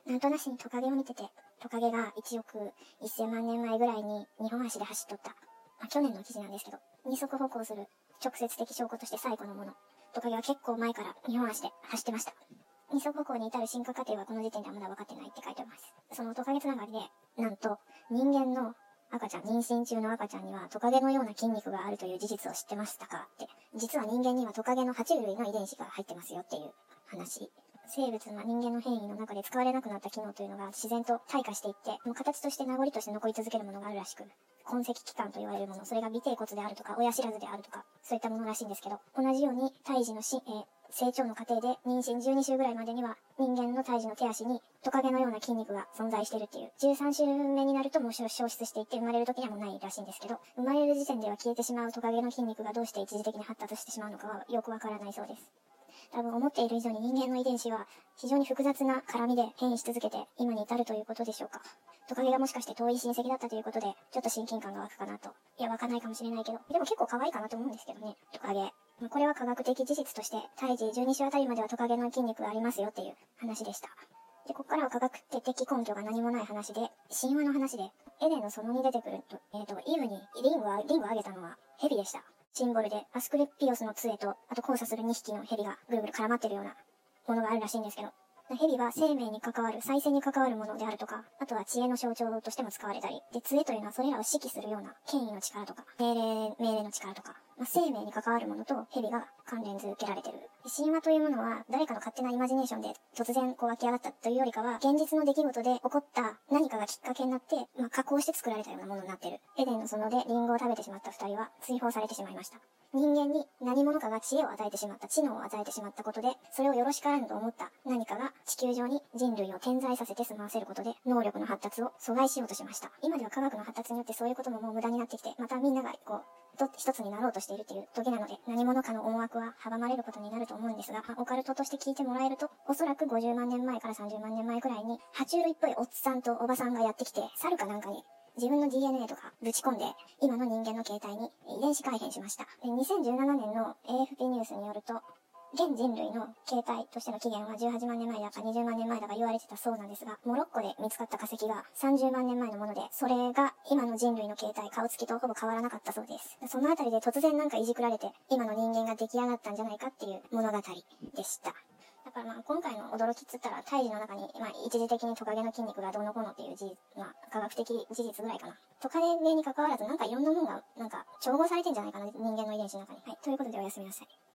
なんとなしにトカゲを見てて、トカゲが1億1000万年前ぐらいに2本足で走っとった。去年の記事なんですけど、二足歩行する直接的証拠として最古のもの。トカゲは結構前から2本足で走ってました。二足歩行に至る進化過程はこの時点ではまだ分かってないって書いてます。そのトカゲつながりで、なんと人間の赤ちゃん、妊娠中の赤ちゃんにはトカゲのような筋肉があるという事実を知ってましたかって。実は人間にはトカゲの爬虫類の遺伝子が入ってますよっていう話。生物が人間の変異の中で使われなくなった機能というのが自然と退化していって、形として名残として残り続けるものがあるらしく、痕跡器官と言われるもの、それが尾てい骨であるとか、親知らずであるとか、そういったものらしいんですけど、同じように胎児の成長の過程で妊娠12週ぐらいまでには人間の胎児の手足にトカゲのような筋肉が存在しているっていう、13週目になるともう消失していって生まれる時にはもうないらしいんですけど、生まれる時点では消えてしまうトカゲの筋肉がどうして一時的に発達してしまうのかはよくわからないそうです。多分思っている以上に人間の遺伝子は非常に複雑な絡みで変異し続けて今に至るということでしょうか。トカゲがもしかして遠い親戚だったということでちょっと親近感が湧くかなと。いや湧かないかもしれないけど、でも結構可愛いかなと思うんですけどね、トカゲ。これは科学的事実として胎児12週あたりまではトカゲの筋肉がありますよっていう話でした。で、ここからは科学的根拠が何もない話で、神話の話で、エデンの園に出てくると、イブにリングをあげたのはヘビでした。シンボルで、アスクレピオスの杖と、あと交差する2匹のヘビがぐるぐる絡まってるようなものがあるらしいんですけど、ヘビは生命に関わる、再生に関わるものであるとか、あとは知恵の象徴としても使われたり、で、杖というのはそれらを指揮するような権威の力とか、命令の力とか、生命に関わるものとヘビが関連づけられている。神話というものは誰かの勝手なイマジネーションで突然湧き上がったというよりかは、現実の出来事で起こった何かがきっかけになって、加工して作られたようなものになっている。エデンの園でリンゴを食べてしまった2人は追放されてしまいました。人間に何者かが知恵を与えてしまった、知能を与えてしまったことで、それをよろしからぬと思った何かが地球上に人類を点在させて住まわせることで、能力の発達を阻害しようとしました。今では科学の発達によってそういうことももう無駄になってきて、またみんなが一つになろうとしているという時なので、何者かの思惑は阻まれることになると思うんですが、オカルトとして聞いてもらえると、おそらく50万年前から30万年前くらいに、爬虫類っぽいおっさんとおばさんがやってきて、猿かなんかに自分の DNA とかぶち込んで、今の人間の形態に遺伝子改変しました。2017年の AFP ニュースによると、現人類の形態としての起源は18万年前だか20万年前だか言われてたそうなんですが、モロッコで見つかった化石が30万年前のもので、それが今の人類の形態、顔つきとほぼ変わらなかったそうです。そのあたりで突然なんかいじくられて、今の人間が出来上がったんじゃないかっていう物語でした。だから今回の驚きっつったら、胎児の中に一時的にトカゲの筋肉がどうのこうのっていう科学的事実ぐらいかな。トカゲに関わらずいろんなものが調合されてんじゃないかな、人間の遺伝子の中に。はい、ということでおやすみなさい。